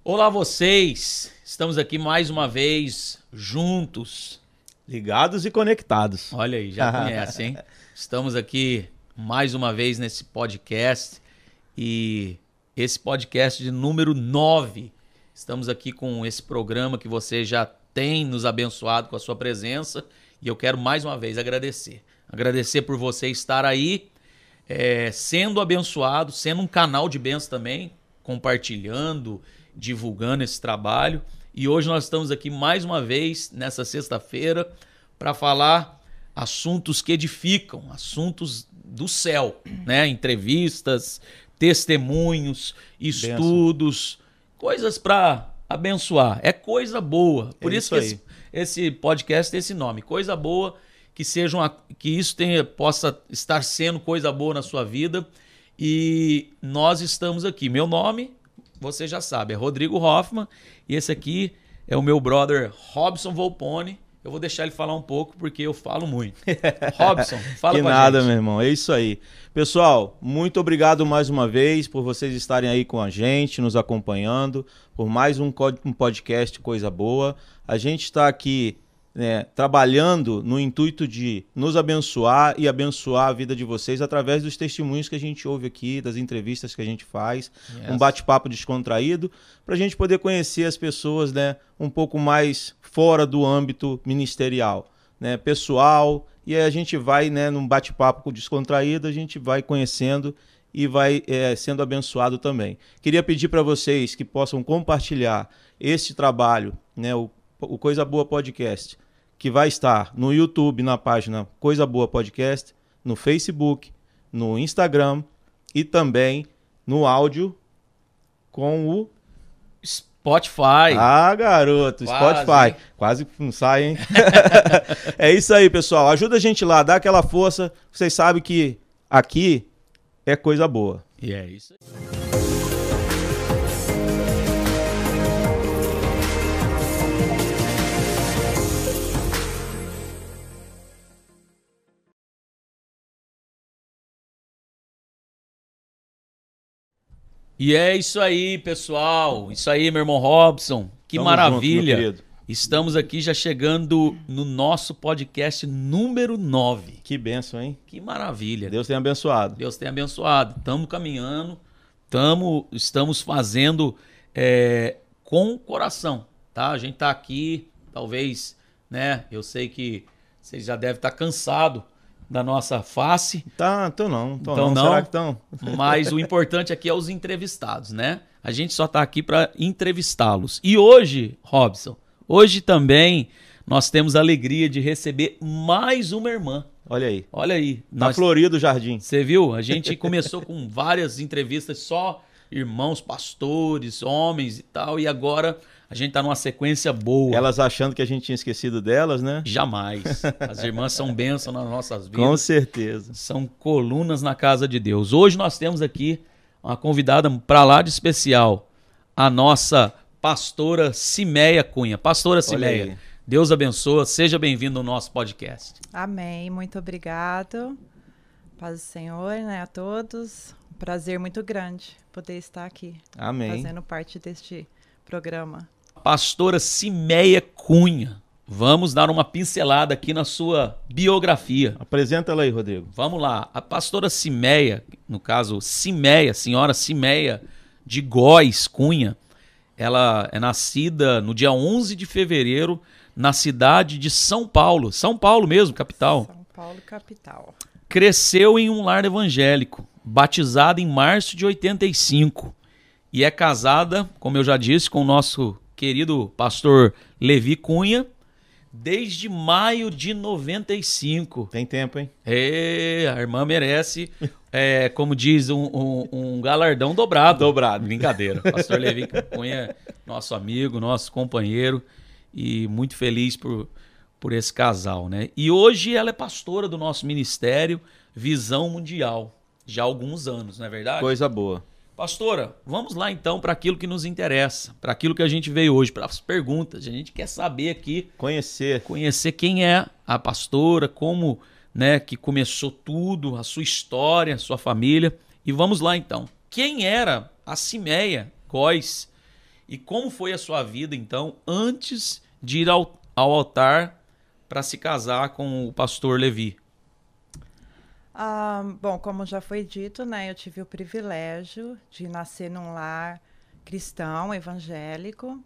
Olá vocês, estamos aqui mais uma vez juntos. Ligados e conectados. Olha aí, já conhece, hein? Estamos aqui mais uma vez nesse podcast e esse podcast de número 9. Estamos aqui com esse programa que você já tem nos abençoado com a sua presença e eu quero mais uma vez agradecer. Agradecer por você estar aí, sendo abençoado, sendo um canal de bênção também, compartilhando, divulgando esse trabalho. E hoje nós estamos aqui mais uma vez, nessa sexta-feira, para falar assuntos que edificam, assuntos do céu, né? Entrevistas, testemunhos, estudos, coisas para abençoar. É coisa boa. Por isso que esse podcast tem esse nome, Coisa Boa, que isso possa estar sendo coisa boa na sua vida. E nós estamos aqui. Meu nome, você já sabe, é Rodrigo Hoffman. E esse aqui é o meu brother Robson Volpone. Eu vou deixar ele falar um pouco, porque eu falo muito. Robson, fala com a gente. Que nada, meu irmão. É isso aí. Pessoal, muito obrigado mais uma vez por vocês estarem aí com a gente, nos acompanhando, por mais um podcast Coisa Boa. A gente está aqui trabalhando no intuito de nos abençoar e abençoar a vida de vocês através dos testemunhos que a gente ouve aqui, das entrevistas que a gente faz, um bate-papo descontraído, para a gente poder conhecer as pessoas, um pouco mais fora do âmbito ministerial, pessoal, e aí a gente vai, num bate-papo descontraído, a gente vai conhecendo e vai sendo abençoado também. Queria pedir para vocês que possam compartilhar esse trabalho, o Coisa Boa Podcast, que vai estar no YouTube, na página Coisa Boa Podcast, no Facebook, no Instagram e também no áudio com o Spotify. Ah, garoto, quase, Spotify. Hein? Quase não sai, hein? É isso aí, pessoal. Ajuda a gente lá, dá aquela força. Vocês sabem que aqui é coisa boa. E é isso aí. E é isso aí, pessoal. Isso aí, meu irmão Robson. Que Tamo maravilha. junto, Estamos aqui já chegando no nosso podcast número 9. Que bênção, hein? Que maravilha. Deus tem abençoado. Deus tem abençoado. Estamos caminhando, estamos fazendo com o coração, tá? A gente tá aqui, talvez, eu sei que vocês já devem estar cansados da nossa face. Tô não. Será que estão? Mas o importante aqui é os entrevistados, né? A gente só tá aqui para entrevistá-los. E hoje, Robson, também nós temos a alegria de receber mais uma irmã. Olha aí. Olha aí. Tá florido o jardim. Você viu? A gente começou com várias entrevistas, só irmãos, pastores, homens e tal, e agora a gente tá numa sequência boa. Elas achando que a gente tinha esquecido delas, né? Jamais. As irmãs são bênçãos nas nossas vidas. Com certeza. São colunas na casa de Deus. Hoje nós temos aqui uma convidada para lá de especial, a nossa pastora Cimeia Cunha. Pastora Cimeia, Deus abençoe, seja bem-vindo ao nosso podcast. Amém, muito obrigado. Paz do Senhor, a todos. Um prazer muito grande poder estar aqui. Amém. Fazendo parte deste programa. Pastora Cimeia Cunha, vamos dar uma pincelada aqui na sua biografia. Apresenta ela aí, Rodrigo. Vamos lá. A pastora Cimeia, no caso Cimeia, senhora Cimeia de Góes Cunha, ela é nascida no dia 11 de fevereiro na cidade de São Paulo. São Paulo mesmo, capital. São Paulo, capital. Cresceu em um lar evangélico, batizada em março de 85. E é casada, como eu já disse, com o nosso querido pastor Levi Cunha, desde maio de 95. Tem tempo, hein? A irmã merece, como diz, um galardão dobrado. Dobrado. Brincadeira. Pastor Levi Cunha é nosso amigo, nosso companheiro, e muito feliz por esse casal, né? E hoje ela é pastora do nosso ministério Visão Mundial, já há alguns anos, não é verdade? Coisa boa. Pastora, vamos lá então para aquilo que nos interessa, para aquilo que a gente veio hoje, para as perguntas. A gente quer saber aqui, conhecer quem é a pastora, como, que começou tudo, a sua história, a sua família. E vamos lá então. Quem era a Cimeia Góes E como foi a sua vida, então, antes de ir ao altar para se casar com o pastor Levi? Bom, como já foi dito, né, eu tive o privilégio de nascer num lar cristão, evangélico,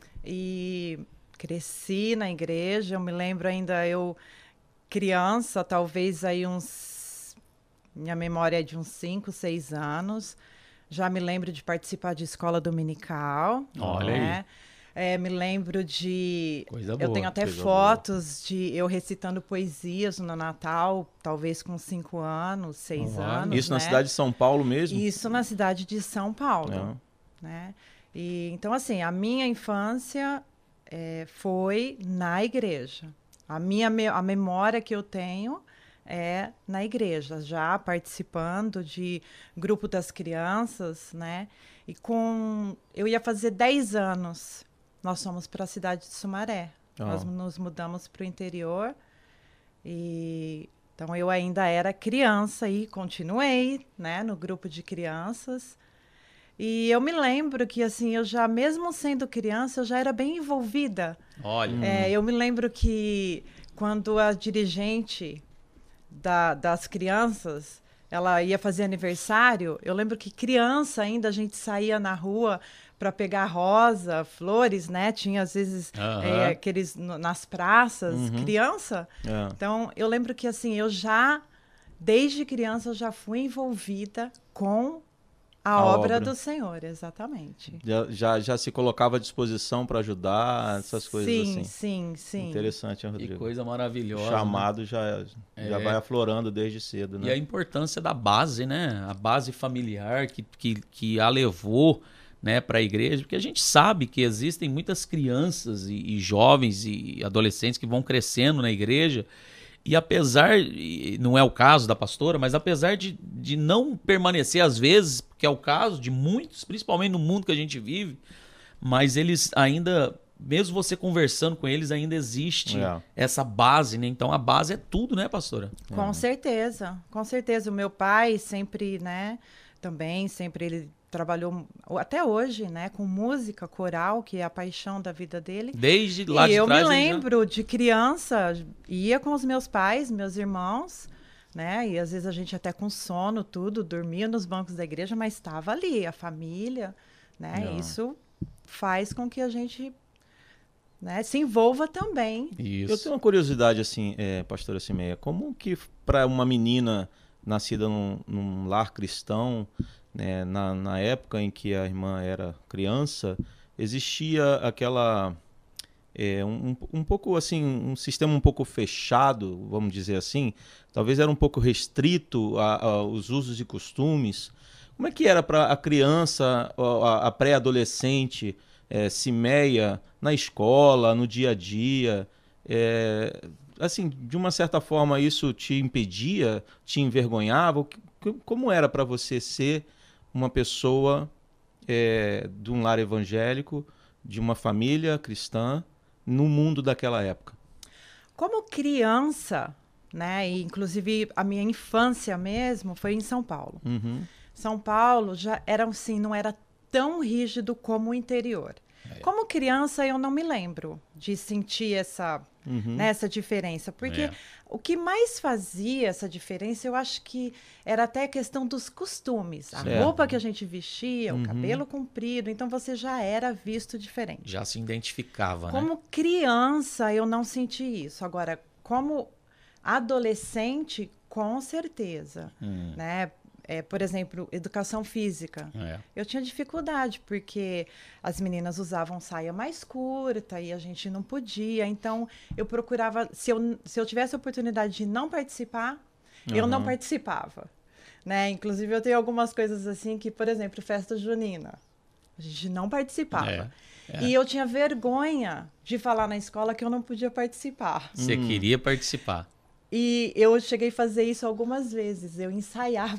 e cresci na igreja. Eu me lembro ainda, eu criança, talvez aí minha memória é de uns 5, 6 anos. Já me lembro de participar de escola dominical. Olha né? Me lembro de... Coisa Eu boa, tenho até coisa fotos de eu recitando poesias no Natal, talvez com 5 anos, 6 Olha. anos. Isso na né? cidade de São Paulo mesmo? Isso na cidade de São Paulo. É. Né? E, então, assim, a minha infância foi na igreja. A memória que eu tenho é na igreja, já participando de grupo das crianças, né? E eu ia fazer 10 anos. Nós fomos para a cidade de Sumaré. Nós nos mudamos para o interior. E então eu ainda era criança e continuei, né, no grupo de crianças. E eu me lembro que, assim, eu já, mesmo sendo criança, eu já era bem envolvida. Olha. Eu me lembro que quando a dirigente das crianças, ela ia fazer aniversário, eu lembro que criança ainda a gente saía na rua para pegar rosa, flores, né? Tinha às vezes aqueles nas praças, criança. Então eu lembro que assim, desde criança eu já fui envolvida com a obra do Senhor, exatamente. Já se colocava à disposição para ajudar, essas coisas assim. Sim. Interessante, hein, Rodrigo? Que coisa maravilhosa. O chamado, né? já vai aflorando desde cedo, né? E a importância da base, né? A base familiar que a levou, né, para a igreja, porque a gente sabe que existem muitas crianças e jovens e adolescentes que vão crescendo na igreja. E apesar, não é o caso da pastora, mas apesar de não permanecer às vezes, que é o caso de muitos, principalmente no mundo que a gente vive, mas eles ainda, mesmo você conversando com eles, ainda existe essa base, né? Então a base é tudo, né, pastora? Com certeza, com certeza. O meu pai sempre, né, também, sempre ele trabalhou até hoje, né, com música coral, que é a paixão da vida dele. Desde lá de trás. E eu me já... lembro de criança, ia com os meus pais, meus irmãos, né, e às vezes a gente até com sono, tudo, dormia nos bancos da igreja, mas estava ali, a família, né, isso faz com que a gente, né, se envolva também. Isso. Eu tenho uma curiosidade, assim, pastora Cimeia, como que para uma menina nascida num lar cristão, né, na época em que a irmã era criança, existia aquela um pouco assim, um sistema um pouco fechado, vamos dizer assim, talvez era um pouco restrito aos usos e costumes. Como é que era para a criança, a pré-adolescente, Cimeia, na escola, no dia a dia? Assim, de uma certa forma isso te impedia, te envergonhava? Como era para você ser uma pessoa de um lar evangélico, de uma família cristã, no mundo daquela época? Como criança, né, e inclusive a minha infância mesmo foi em São Paulo. São Paulo já era assim, não era tão rígido como o interior. Como criança, eu não me lembro de sentir essa diferença. Porque o que mais fazia essa diferença, eu acho que era até a questão dos costumes. A roupa que a gente vestia, o cabelo comprido. Então, você já era visto diferente. Já se identificava, Como criança, eu não senti isso. Agora, como adolescente, com certeza. Né? Por exemplo, educação física. Eu tinha dificuldade, porque as meninas usavam saia mais curta e a gente não podia. Então, eu procurava... Se eu tivesse a oportunidade de não participar, eu não participava. Né? Inclusive, eu tenho algumas coisas assim que, por exemplo, festa junina. A gente não participava. E eu tinha vergonha de falar na escola que eu não podia participar. Você queria participar. E eu cheguei a fazer isso algumas vezes. Eu ensaiava.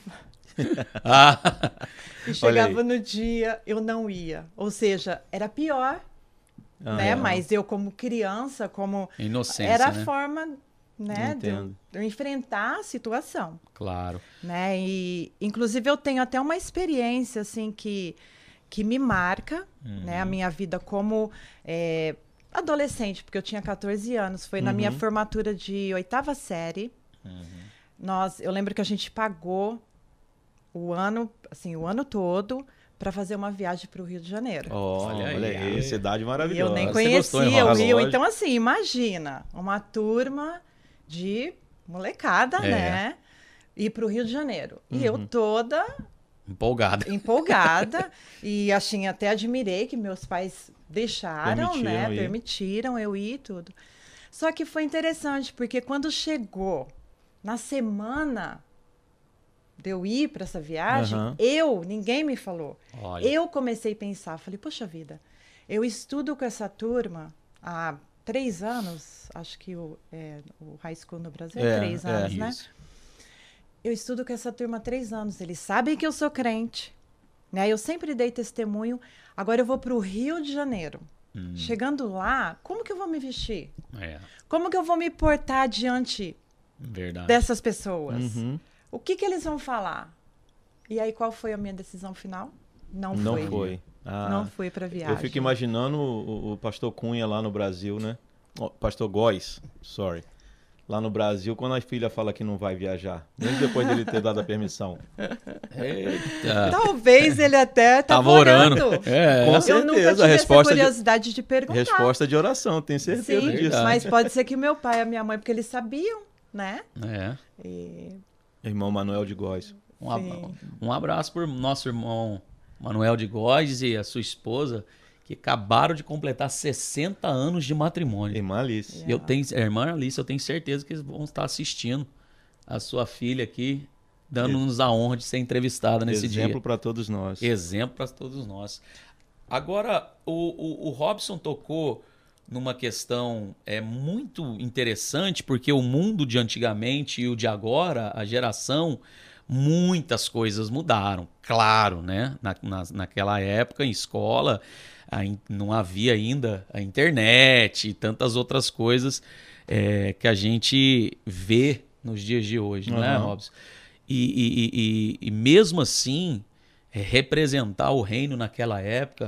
E chegava no dia, eu não ia. Ou seja, era pior, né? Mas eu, como criança, como... Inocência, era a né? forma, né, de eu enfrentar a situação. Claro. Né? E, inclusive, eu tenho até uma experiência, assim, que que me marca, né? A minha vida como adolescente, porque eu tinha 14 anos. Foi na minha formatura de 8ª série. Eu lembro que a gente pagou o ano todo para fazer uma viagem para o Rio de Janeiro. Olha aí, cidade maravilhosa. E eu nem Você conhecia gostou, o Rio. Lógico. Então, assim, imagina, uma turma de molecada, né? Ir para o Rio de Janeiro. E eu toda empolgada. E assim, até admirei que meus pais deixaram, né? Permitiram eu ir e tudo. Só que foi interessante, porque quando chegou na semana de eu ir para essa viagem, ninguém me falou. Olha. Eu comecei a pensar, falei, poxa vida, eu estudo com essa turma há 3 anos, acho que o high school no Brasil é 3 anos, né? Isso. Eu estudo com essa turma há 3 anos, eles sabem que eu sou crente, né? Eu sempre dei testemunho, agora eu vou para o Rio de Janeiro. Chegando lá, como que eu vou me vestir? Como que eu vou me portar diante dessas pessoas? O que eles vão falar? E aí, qual foi a minha decisão final? Não foi. Não fui para viagem. Eu fico imaginando o pastor Cunha lá no Brasil, né? Pastor Góes, lá no Brasil, quando a filha fala que não vai viajar, mesmo depois dele ter dado a permissão. Eita. Talvez ele até estava orando. Com certeza. Eu nunca tive essa curiosidade de perguntar. Resposta de oração, tenho certeza disso. Mas pode ser que meu pai e a minha mãe, porque eles sabiam, né? Irmão Manuel de Góes. Um abraço por nosso irmão Manuel de Góes e a sua esposa, que acabaram de completar 60 anos de matrimônio. Irmã Alice. Irmã Alice, eu tenho certeza que eles vão estar assistindo a sua filha aqui, dando-nos a honra de ser entrevistada nesse dia. Exemplo para todos nós. Exemplo para todos nós. Agora, o Robson tocou numa questão muito interessante, porque o mundo de antigamente e o de agora, a geração, muitas coisas mudaram. Claro, né? Naquela época, em escola, não havia ainda a internet e tantas outras coisas que a gente vê nos dias de hoje, não é, Robson? E mesmo assim, representar o reino naquela época,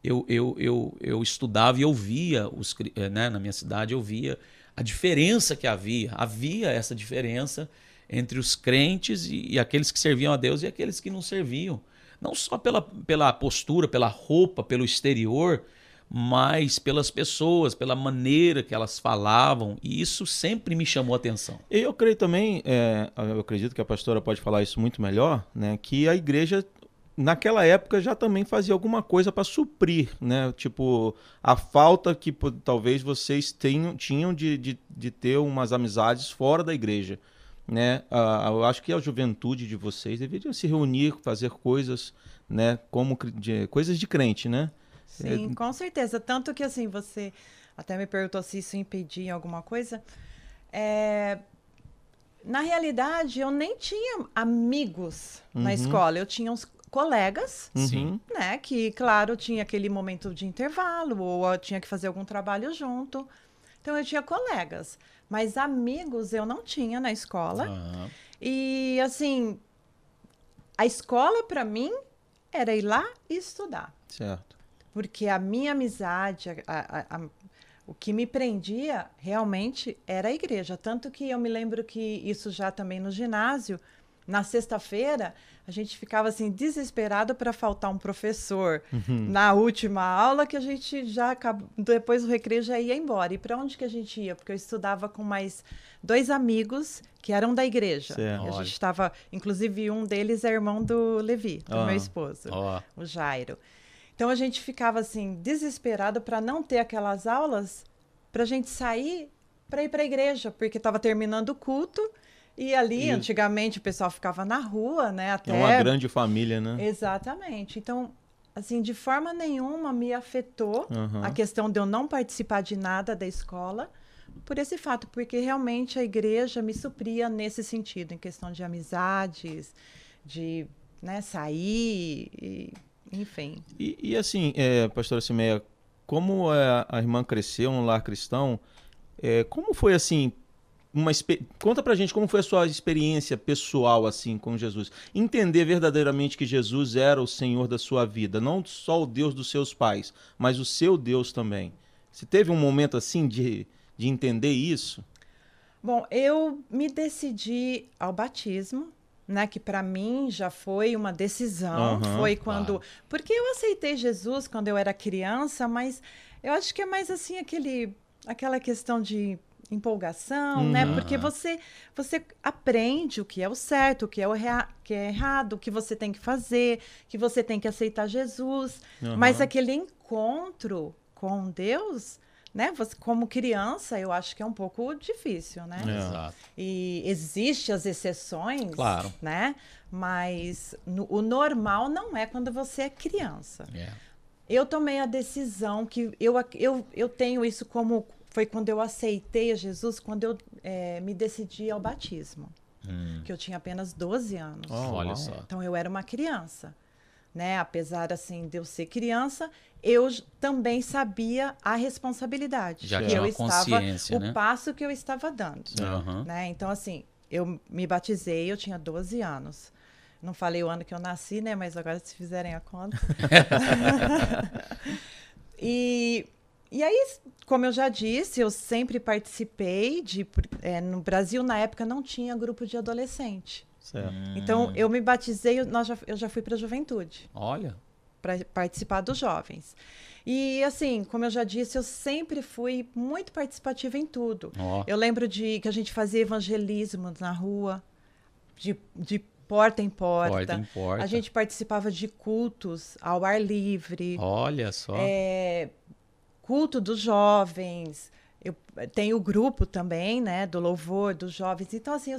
eu estudava e eu via, né, na minha cidade, eu via a diferença que havia. Havia essa diferença entre os crentes e aqueles que serviam a Deus e aqueles que não serviam. Não só pela postura, pela roupa, pelo exterior, mas pelas pessoas, pela maneira que elas falavam. E isso sempre me chamou a atenção. Eu creio também, eu acredito que a pastora pode falar isso muito melhor, né, que a igreja, naquela época, já também fazia alguma coisa para suprir, né? Tipo, a falta que talvez vocês tinham de ter umas amizades fora da igreja. Né? Eu acho que a juventude de vocês deveria se reunir, fazer coisas, né, coisas de crente, né? Sim, com certeza. Tanto que assim, você até me perguntou se isso impedia alguma coisa. Na realidade, eu nem tinha amigos na escola. Eu tinha uns colegas, né, que, claro, tinha aquele momento de intervalo, ou eu tinha que fazer algum trabalho junto. Então, eu tinha colegas, mas amigos eu não tinha na escola. E, assim, a escola, para mim, era ir lá e estudar. Certo. Porque a minha amizade, o que me prendia, realmente, era a igreja. Tanto que eu me lembro que isso já também no ginásio, na sexta-feira, a gente ficava assim desesperado para faltar um professor na última aula, que a gente já depois do recreio já ia embora. E para onde que a gente ia? Porque eu estudava com mais 2 amigos que eram da igreja. E a gente estava, inclusive um deles é irmão do Levi, do meu esposo, o Jairo. Então a gente ficava assim desesperado para não ter aquelas aulas, para a gente sair para ir para a igreja, porque estava terminando o culto. E ali, antigamente, o pessoal ficava na rua, né? Até... É uma grande família, né? Exatamente. Então, assim, de forma nenhuma me afetou a questão de eu não participar de nada da escola por esse fato, porque realmente a igreja me supria nesse sentido, em questão de amizades, de, né, sair, enfim. E assim, pastora Cimeia, como a irmã cresceu num lar cristão, como foi assim... Conta pra gente como foi a sua experiência pessoal assim com Jesus. Entender verdadeiramente que Jesus era o Senhor da sua vida, não só o Deus dos seus pais, mas o seu Deus também. Você teve um momento assim de entender isso? Bom, eu me decidi ao batismo, né, que para mim já foi uma decisão, foi quando, porque eu aceitei Jesus quando eu era criança, mas eu acho que é mais assim aquela questão de empolgação, né? Porque você aprende o que é o certo, o que é que é errado, o que você tem que fazer, que você tem que aceitar Jesus, mas aquele encontro com Deus, né? Você, como criança, eu acho que é um pouco difícil, né? Exato. E existem as exceções, Claro. né? Mas o normal não é quando você é criança. Yeah. Eu tomei a decisão que eu tenho isso como... Foi quando eu aceitei a Jesus, quando eu me decidi ao batismo. Que eu tinha apenas 12 anos. Olha só. Então, eu era uma criança. Né? Apesar, assim, de eu ser criança, eu também sabia a responsabilidade. Já que tinha eu uma estava, consciência, né? o passo que eu estava dando. Uhum. Né? Então, assim, eu me batizei, eu tinha 12 anos. Não falei o ano que eu nasci, né? Mas agora, se fizerem a conta. E aí, como eu já disse, eu sempre participei no Brasil, na época, não tinha grupo de adolescente. Certo. Então, eu me batizei, eu já fui para a juventude. Olha. Para participar dos jovens. E, assim, como eu já disse, eu sempre fui muito participativa em tudo. Oh. Eu lembro que a gente fazia evangelismo na rua, de porta em porta. Porta em porta. A gente participava de cultos ao ar livre. Olha só. Culto dos jovens. Eu tenho o grupo também, né, do louvor dos jovens. Então, assim, eu